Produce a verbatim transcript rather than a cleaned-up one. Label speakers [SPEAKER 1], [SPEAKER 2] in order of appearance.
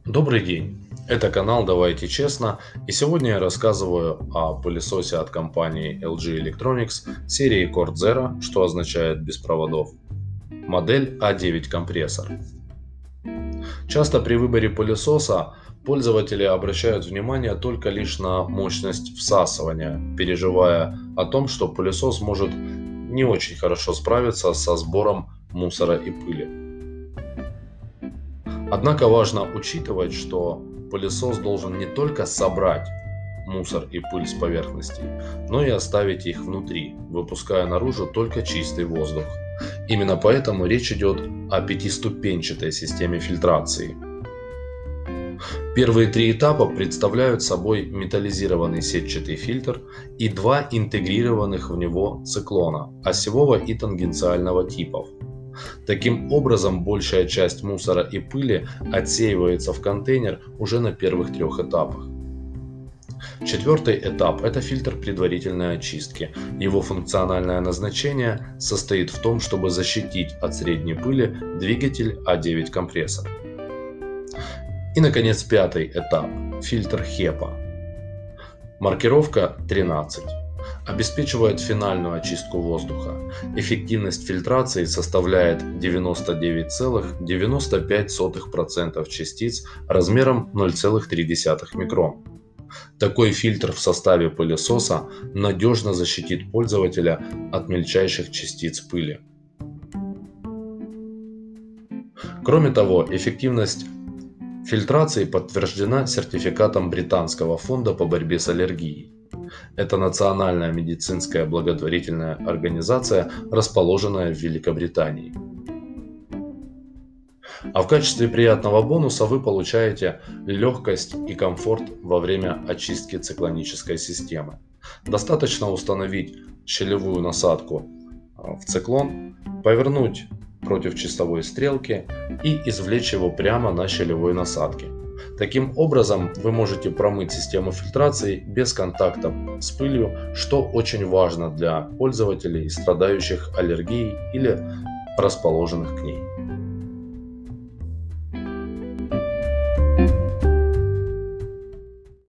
[SPEAKER 1] Добрый день! Это канал «Давайте честно», и сегодня я рассказываю о пылесосе от компании эл джи Electronics серии Cord Zero, что означает без проводов, модель а девять компрессор. Часто при выборе пылесоса пользователи обращают внимание только лишь на мощность всасывания, переживая о том, что пылесос может не очень хорошо справиться со сбором мусора и пыли. Однако важно учитывать, что пылесос должен не только собрать мусор и пыль с поверхностей, но и оставить их внутри, выпуская наружу только чистый воздух. Именно поэтому речь идет о пятиступенчатой системе фильтрации. Первые три этапа представляют собой металлизированный сетчатый фильтр и два интегрированных в него циклона осевого и тангенциального типов. Таким образом, большая часть мусора и пыли отсеивается в контейнер уже на первых трех этапах. Четвертый этап – это фильтр предварительной очистки. Его функциональное назначение состоит в том, чтобы защитить от средней пыли двигатель а девять компрессор. И, наконец, пятый этап – фильтр хепа. Маркировка тринадцать. Обеспечивает финальную очистку воздуха. Эффективность фильтрации составляет девяносто девять целых девяносто пять сотых процента частиц размером ноль целых три десятых микрон. Такой фильтр в составе пылесоса надежно защитит пользователя от мельчайших частиц пыли. Кроме того, эффективность фильтрации подтверждена сертификатом Британского фонда по борьбе с аллергией. Это национальная медицинская благотворительная организация, расположенная в Великобритании. А в качестве приятного бонуса вы получаете легкость и комфорт во время очистки циклонической системы. Достаточно установить щелевую насадку в циклон, повернуть против часовой стрелки и извлечь его прямо на щелевой насадке. Таким образом, вы можете промыть систему фильтрации без контакта с пылью, что очень важно для пользователей, страдающих аллергией или расположенных к ней.